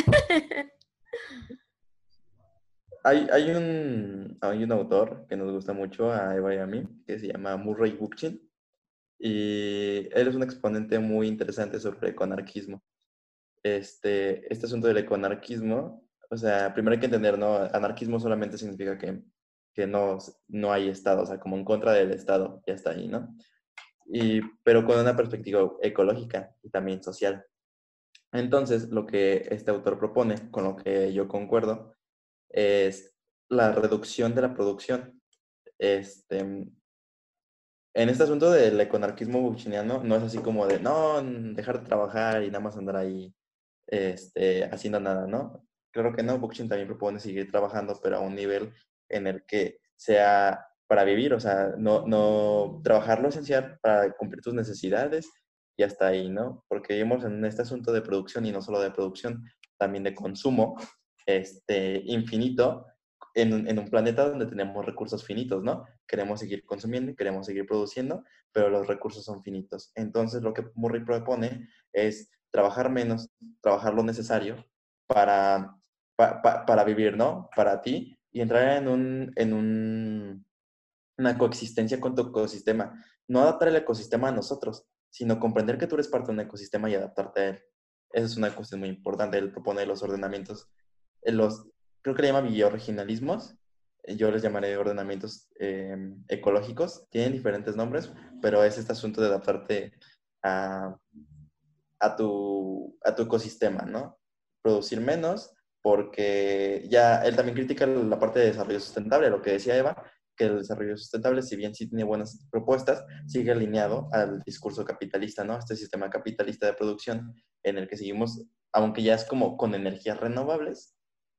Hay un autor que nos gusta mucho, a Eva y a mí, que se llama Murray Bookchin, y él es un exponente muy interesante sobre el ecoanarquismo. Este asunto del ecoanarquismo, o sea, primero hay que entender, ¿no? Anarquismo solamente significa que no hay Estado, o sea, como en contra del Estado, ya está ahí, ¿no? Pero con una perspectiva ecológica y también social. Entonces, lo que este autor propone, con lo que yo concuerdo, es la reducción de la producción. En este asunto del econarquismo buchiniano, no es así como de, no, dejar de trabajar y nada más andar ahí haciendo nada, ¿no? Claro que no, Bookchin también propone seguir trabajando, pero a un nivel en el que sea para vivir, o sea, no trabajar lo esencial para cumplir tus necesidades y hasta ahí, ¿no? Porque vivimos en este asunto de producción y no solo de producción, también de consumo infinito en un planeta donde tenemos recursos finitos, ¿no? Queremos seguir consumiendo, queremos seguir produciendo, pero los recursos son finitos. Entonces, lo que Murray propone es trabajar menos, trabajar lo necesario para vivir, ¿no? Para ti y entrar una coexistencia con tu ecosistema. No adaptar el ecosistema a nosotros, sino comprender que tú eres parte de un ecosistema y adaptarte a él. Esa es una cuestión muy importante. Él propone los ordenamientos, creo que le llama bioregionalismos. Yo les llamaré ordenamientos ecológicos. Tienen diferentes nombres, pero es este asunto de adaptarte a, a tu ecosistema, ¿no? Producir menos, porque ya él también critica la parte de desarrollo sustentable, lo que decía Eva, que el desarrollo sustentable, si bien sí tiene buenas propuestas, sigue alineado al discurso capitalista, ¿no? Este sistema capitalista de producción en el que seguimos, aunque ya es como con energías renovables,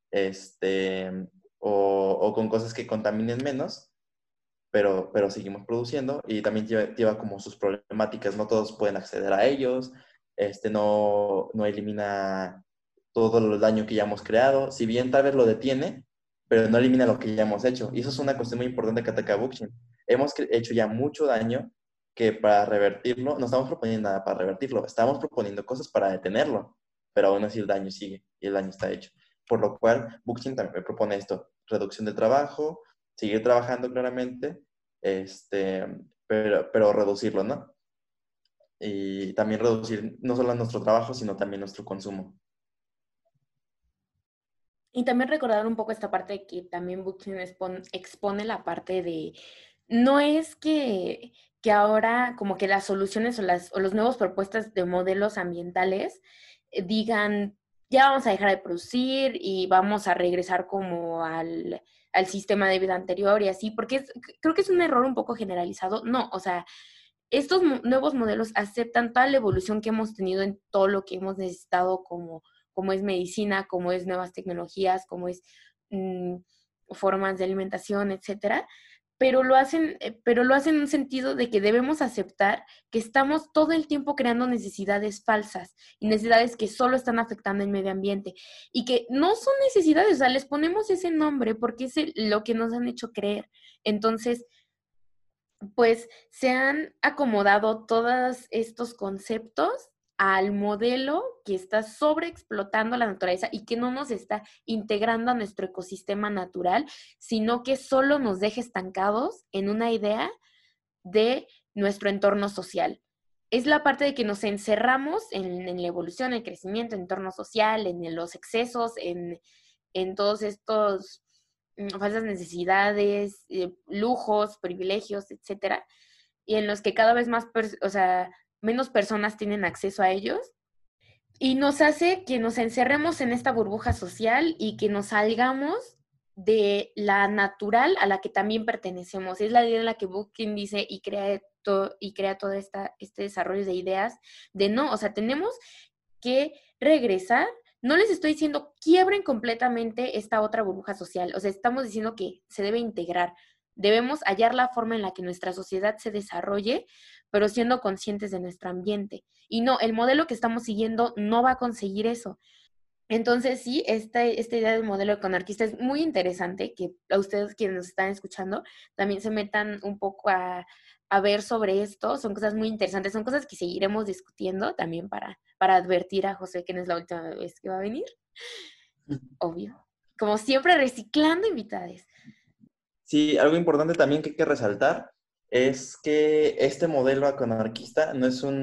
o con cosas que contaminen menos, pero seguimos produciendo y también lleva como sus problemáticas, no todos pueden acceder a ellos, no elimina todo el daño que ya hemos creado, si bien tal vez lo detiene, pero no elimina lo que ya hemos hecho. Y eso es una cuestión muy importante que ataca a Bookchin. Hemos hecho ya mucho daño que para revertirlo, no estamos proponiendo nada para revertirlo, estamos proponiendo cosas para detenerlo, pero aún así el daño sigue y el daño está hecho. Por lo cual, Bookchin también me propone esto, reducción de trabajo, seguir trabajando claramente, pero reducirlo, ¿no? Y también reducir no solo nuestro trabajo, sino también nuestro consumo. Y también recordar un poco esta parte de que también Bookchin expone la parte de, no es que ahora como que las soluciones o los nuevos propuestas de modelos ambientales digan, ya vamos a dejar de producir y vamos a regresar como al sistema de vida anterior y así, porque creo que es un error un poco generalizado. No, o sea, estos nuevos modelos aceptan toda la evolución que hemos tenido en todo lo que hemos necesitado como es medicina, como es nuevas tecnologías, como es formas de alimentación, etcétera, pero lo hacen en un sentido de que debemos aceptar que estamos todo el tiempo creando necesidades falsas y necesidades que solo están afectando el medio ambiente y que no son necesidades, o sea, les ponemos ese nombre porque es lo que nos han hecho creer. Entonces, pues se han acomodado todos estos conceptos al modelo que está sobreexplotando la naturaleza y que no nos está integrando a nuestro ecosistema natural, sino que solo nos deja estancados en una idea de nuestro entorno social. Es la parte de que nos encerramos en la evolución, el crecimiento, el entorno social, en los excesos, en todos estos falsas necesidades, lujos, privilegios, etcétera, y en los que cada vez más, menos personas tienen acceso a ellos, y nos hace que nos encerremos en esta burbuja social y que nos salgamos de la natural a la que también pertenecemos. Es la idea en la que Bookchin dice y crea todo este desarrollo de ideas de no, o sea, tenemos que regresar. No les estoy diciendo quiebren completamente esta otra burbuja social, o sea, estamos diciendo que se debe integrar. Debemos hallar la forma en la que nuestra sociedad se desarrolle, pero siendo conscientes de nuestro ambiente. Y no, el modelo que estamos siguiendo no va a conseguir eso. Entonces, sí, esta idea del modelo ecoanarquista es muy interesante, que a ustedes quienes nos están escuchando también se metan un poco a ver sobre esto. Son cosas muy interesantes, son cosas que seguiremos discutiendo también para advertir a José que no es la última vez que va a venir, obvio. Como siempre, reciclando invitades. Sí, algo importante también que hay que resaltar es que este modelo ecoanarquista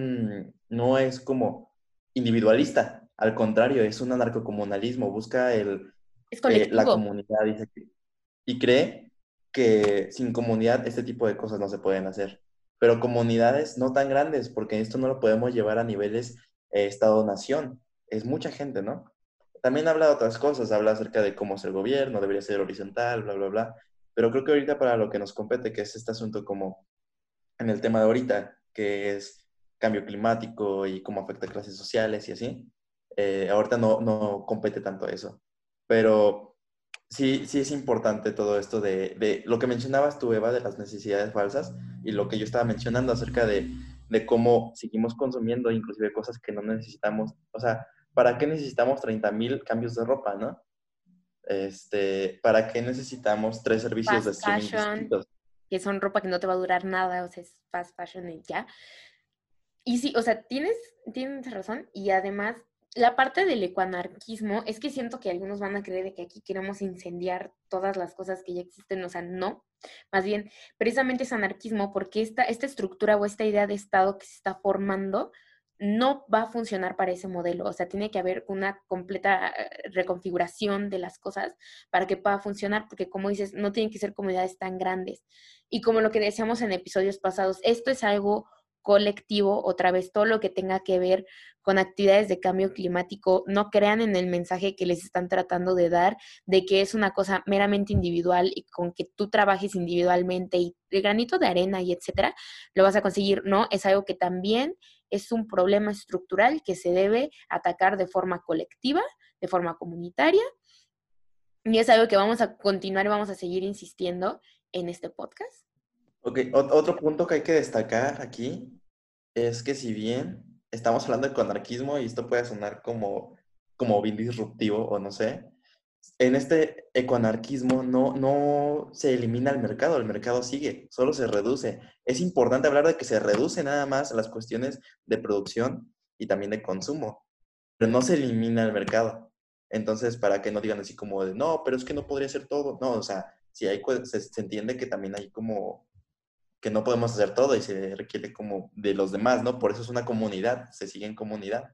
no es como individualista, al contrario, es un anarcocomunalismo, busca Es la colectivo. comunidad y cree que sin comunidad este tipo de cosas no se pueden hacer. Pero comunidades no tan grandes, porque esto no lo podemos llevar a niveles Estado-nación. Es mucha gente, ¿no? También habla de otras cosas, habla acerca de cómo es el gobierno, debería ser horizontal, bla, bla, bla. Pero creo que ahorita para lo que nos compete, que es este asunto como en el tema de ahorita, que es cambio climático y cómo afecta a clases sociales y así, ahorita no compete tanto eso. Pero sí es importante todo esto de lo que mencionabas tú, Eva, de las necesidades falsas y lo que yo estaba mencionando acerca de cómo seguimos consumiendo inclusive cosas que no necesitamos. O sea, ¿para qué necesitamos 30,000 cambios de ropa, no? ¿Para qué necesitamos 3 servicios de Fast streaming fashion, distintos? que son ropa que no te va a durar nada, o sea, es fast fashion y ya. Y sí, o sea, tienes razón. Y además, la parte del ecoanarquismo es que siento que algunos van a creer de que aquí queremos incendiar todas las cosas que ya existen. O sea, no. Más bien, precisamente es anarquismo porque esta estructura o esta idea de Estado que se está formando no va a funcionar para ese modelo. O sea, tiene que haber una completa reconfiguración de las cosas para que pueda funcionar, porque como dices, no tienen que ser comunidades tan grandes. Y como lo que decíamos en episodios pasados, esto es algo colectivo, otra vez todo lo que tenga que ver con actividades de cambio climático, no crean en el mensaje que les están tratando de dar, de que es una cosa meramente individual y con que tú trabajes individualmente y el granito de arena y etcétera, lo vas a conseguir. No, es algo que también es un problema estructural que se debe atacar de forma colectiva, de forma comunitaria, y es algo que vamos a continuar y vamos a seguir insistiendo en este podcast. Ok, otro punto que hay que destacar aquí es que si bien estamos hablando de ecoanarquismo y esto puede sonar como bien disruptivo o no sé, en este ecoanarquismo no se elimina el mercado sigue, solo se reduce. Es importante hablar de que se reduce nada más las cuestiones de producción y también de consumo, pero no se elimina el mercado. Entonces, para que no digan así como de, no, pero es que no podría ser todo. No, o sea, si hay, se entiende que también hay como que no podemos hacer todo y se requiere como de los demás, ¿no? Por eso es una comunidad, se sigue en comunidad.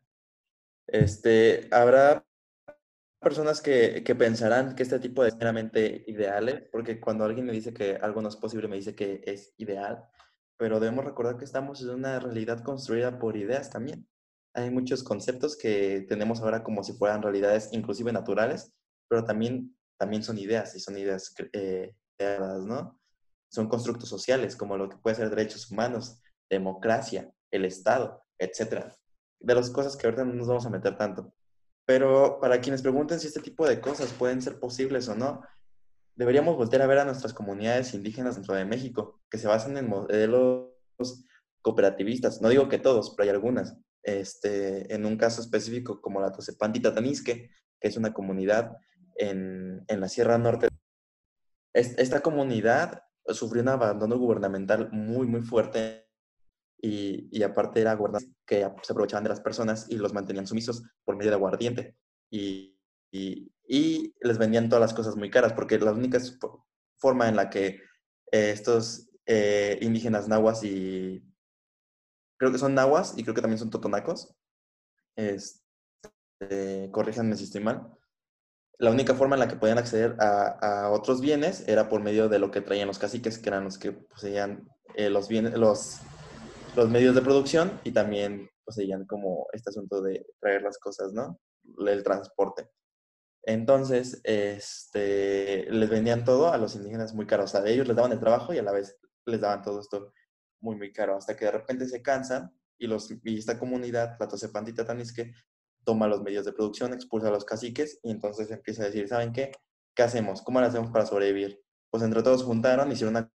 Habrá personas que pensarán que este tipo de es meramente ideales, porque cuando alguien me dice que algo no es posible, me dice que es ideal, pero debemos recordar que estamos en una realidad construida por ideas también. Hay muchos conceptos que tenemos ahora como si fueran realidades inclusive naturales, pero también son ideas y son ideas creadas, ¿no? Son constructos sociales, como lo que puede ser derechos humanos, democracia, el Estado, etcétera. De las cosas que ahorita no nos vamos a meter tanto. Pero para quienes pregunten si este tipo de cosas pueden ser posibles o no, deberíamos voltear a ver a nuestras comunidades indígenas dentro de México, que se basan en modelos cooperativistas. No digo que todos, pero hay algunas. En un caso específico como la Tocepantí Tatanisque, que es una comunidad en la Sierra Norte. Esta comunidad sufrió un abandono gubernamental muy, muy fuerte y aparte era gobernantes que se aprovechaban de las personas y los mantenían sumisos por medio de aguardiente y les vendían todas las cosas muy caras porque la única forma en la que estos indígenas nahuas y creo que son nahuas y creo que también son totonacos, corríjanme si estoy mal, la única forma en la que podían acceder a otros bienes era por medio de lo que traían los caciques, que eran los que poseían los bienes, los medios de producción y también poseían como este asunto de traer las cosas, ¿no? El transporte. Entonces, les vendían todo a los indígenas muy caro. O sea, de ellos les daban el trabajo y a la vez les daban todo esto muy, muy caro. Hasta que de repente se cansan y esta comunidad, la Toxepantita Tanisque, toma los medios de producción, expulsa a los caciques y entonces empieza a decir, ¿saben qué? ¿Qué hacemos? ¿Cómo lo hacemos para sobrevivir? Pues entre todos juntaron, hicieron una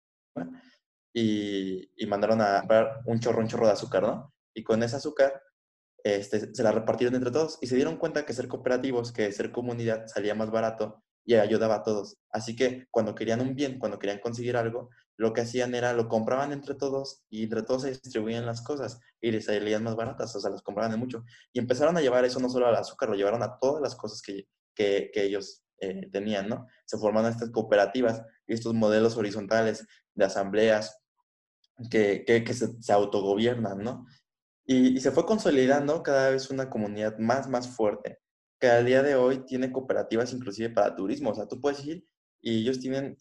y mandaron a comprar un chorro de azúcar, ¿no? Y con ese azúcar se la repartieron entre todos y se dieron cuenta que ser cooperativos, que ser comunidad salía más barato y ayudaba a todos. Así que cuando querían un bien, cuando querían conseguir algo, lo que hacían era lo compraban entre todos y entre todos se distribuían las cosas y les salían más baratas, o sea, las compraban de mucho. Y empezaron a llevar eso no solo al azúcar, lo llevaron a todas las cosas que ellos tenían, ¿no? Se formaron estas cooperativas y estos modelos horizontales de asambleas que se autogobiernan, ¿no? Y se fue consolidando cada vez una comunidad más fuerte, que al día de hoy tiene cooperativas inclusive para turismo. O sea, tú puedes ir y ellos tienen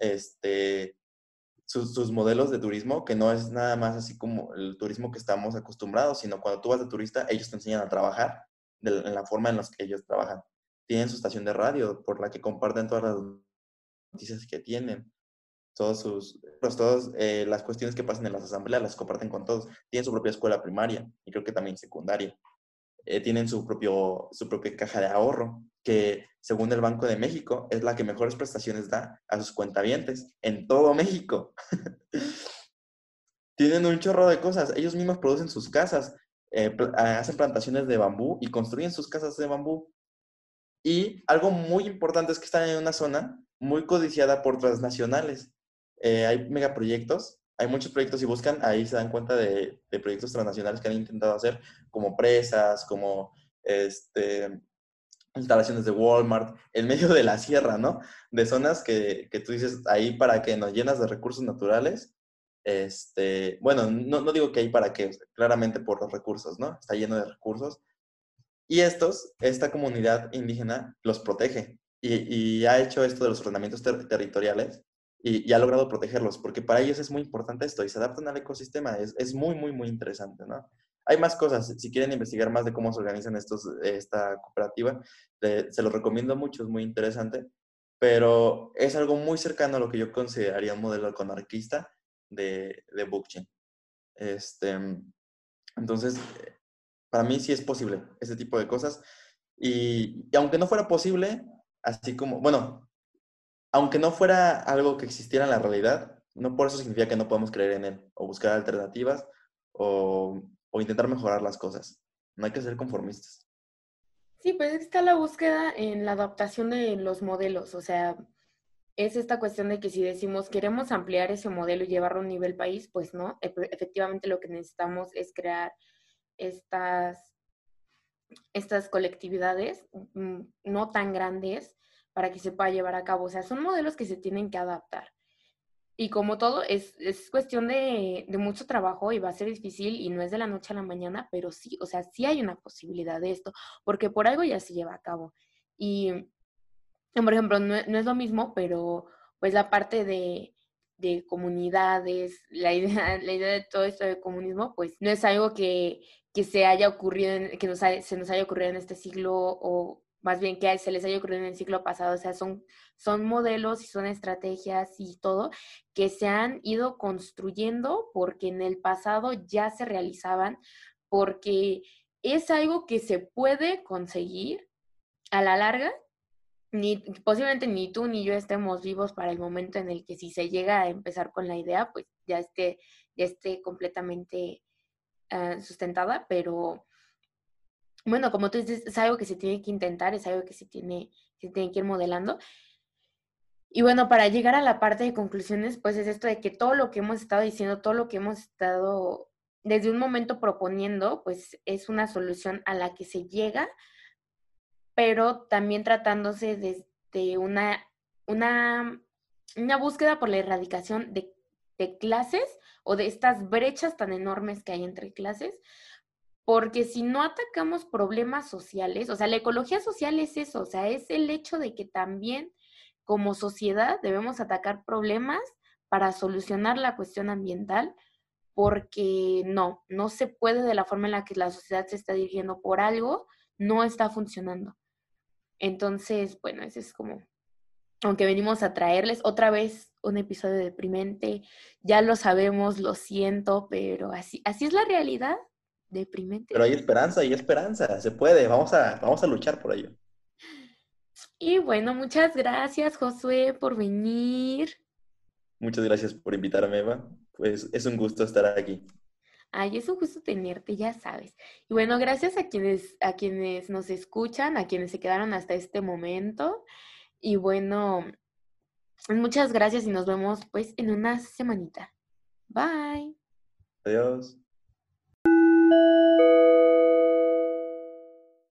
sus modelos de turismo, que no es nada más así como el turismo que estamos acostumbrados, sino cuando tú vas de turista, ellos te enseñan a trabajar en la forma en la que ellos trabajan. Tienen su estación de radio por la que comparten todas las noticias que tienen las cuestiones que pasan en las asambleas las comparten con todos. Tienen su propia escuela primaria y creo que también secundaria. Tienen su propia caja de ahorro, que según el Banco de México es la que mejores prestaciones da a sus cuentavientes en todo México. Tienen un chorro de cosas. Ellos mismos producen sus casas, hacen plantaciones de bambú y construyen sus casas de bambú. Y algo muy importante es que están en una zona muy codiciada por transnacionales. Hay megaproyectos, hay muchos proyectos y buscan, ahí se dan cuenta de proyectos transnacionales que han intentado hacer, como presas, como instalaciones de Walmart, en medio de la sierra, ¿no? De zonas que tú dices, ahí para que nos llenas de recursos naturales. Bueno, no digo que ahí para qué, claramente por los recursos, ¿no? Está lleno de recursos y esta comunidad indígena los protege y ha hecho esto de los ordenamientos territoriales y ha logrado protegerlos, porque para ellos es muy importante esto y se adaptan al ecosistema. Es muy, muy, muy interesante, ¿no? Hay más cosas. Si quieren investigar más de cómo se organizan esta cooperativa, se los recomiendo mucho, es muy interesante, pero es algo muy cercano a lo que yo consideraría un modelo econarquista de Bookchin. Entonces, para mí sí es posible ese tipo de cosas. Y aunque no fuera posible, así como, bueno, aunque no fuera algo que existiera en la realidad, no por eso significa que no podemos creer en él o buscar alternativas o intentar mejorar las cosas. No hay que ser conformistas. Sí, pues está la búsqueda en la adaptación de los modelos, o sea, es esta cuestión de que si decimos queremos ampliar ese modelo y llevarlo a un nivel país, pues no, efectivamente lo que necesitamos es crear estas, estas colectividades no tan grandes para que se pueda llevar a cabo. O sea, son modelos que se tienen que adaptar. Y como todo, es cuestión de mucho trabajo y va a ser difícil y no es de la noche a la mañana, pero sí, o sea, sí hay una posibilidad de esto, porque por algo ya se lleva a cabo. Y, por ejemplo, no es lo mismo, pero pues la parte de comunidades, la idea de todo esto de comunismo, pues no es algo que se haya ocurrido, se nos haya ocurrido en este siglo, o más bien que se les haya ocurrido en el siglo pasado. O sea, son modelos y son estrategias y todo que se han ido construyendo porque en el pasado ya se realizaban, porque es algo que se puede conseguir a la larga. Posiblemente ni tú ni yo estemos vivos para el momento en el que, si se llega a empezar con la idea, pues ya esté completamente sustentada, pero bueno, como tú dices, es algo que se tiene que intentar, es algo que se tiene que ir modelando. Y bueno, para llegar a la parte de conclusiones, pues es esto de que todo lo que hemos estado diciendo, todo lo que hemos estado desde un momento proponiendo, pues es una solución a la que se llega, pero también tratándose de una búsqueda por la erradicación de clases, o de estas brechas tan enormes que hay entre clases, porque si no atacamos problemas sociales, o sea, la ecología social es eso, o sea, es el hecho de que también como sociedad debemos atacar problemas para solucionar la cuestión ambiental, porque no se puede, de la forma en la que la sociedad se está dirigiendo por algo, no está funcionando. Entonces, bueno, ese es como, aunque venimos a traerles otra vez un episodio deprimente, ya lo sabemos, lo siento, pero así es la realidad, deprimente. Pero hay esperanza, se puede, vamos a luchar por ello. Y bueno, muchas gracias, Josué, por venir. Muchas gracias por invitarme, Eva. Pues es un gusto estar aquí. Ay, es un gusto tenerte, ya sabes. Y bueno, gracias a quienes nos escuchan, a quienes se quedaron hasta este momento. Y bueno, muchas gracias y nos vemos pues en una semanita. Bye. Adiós.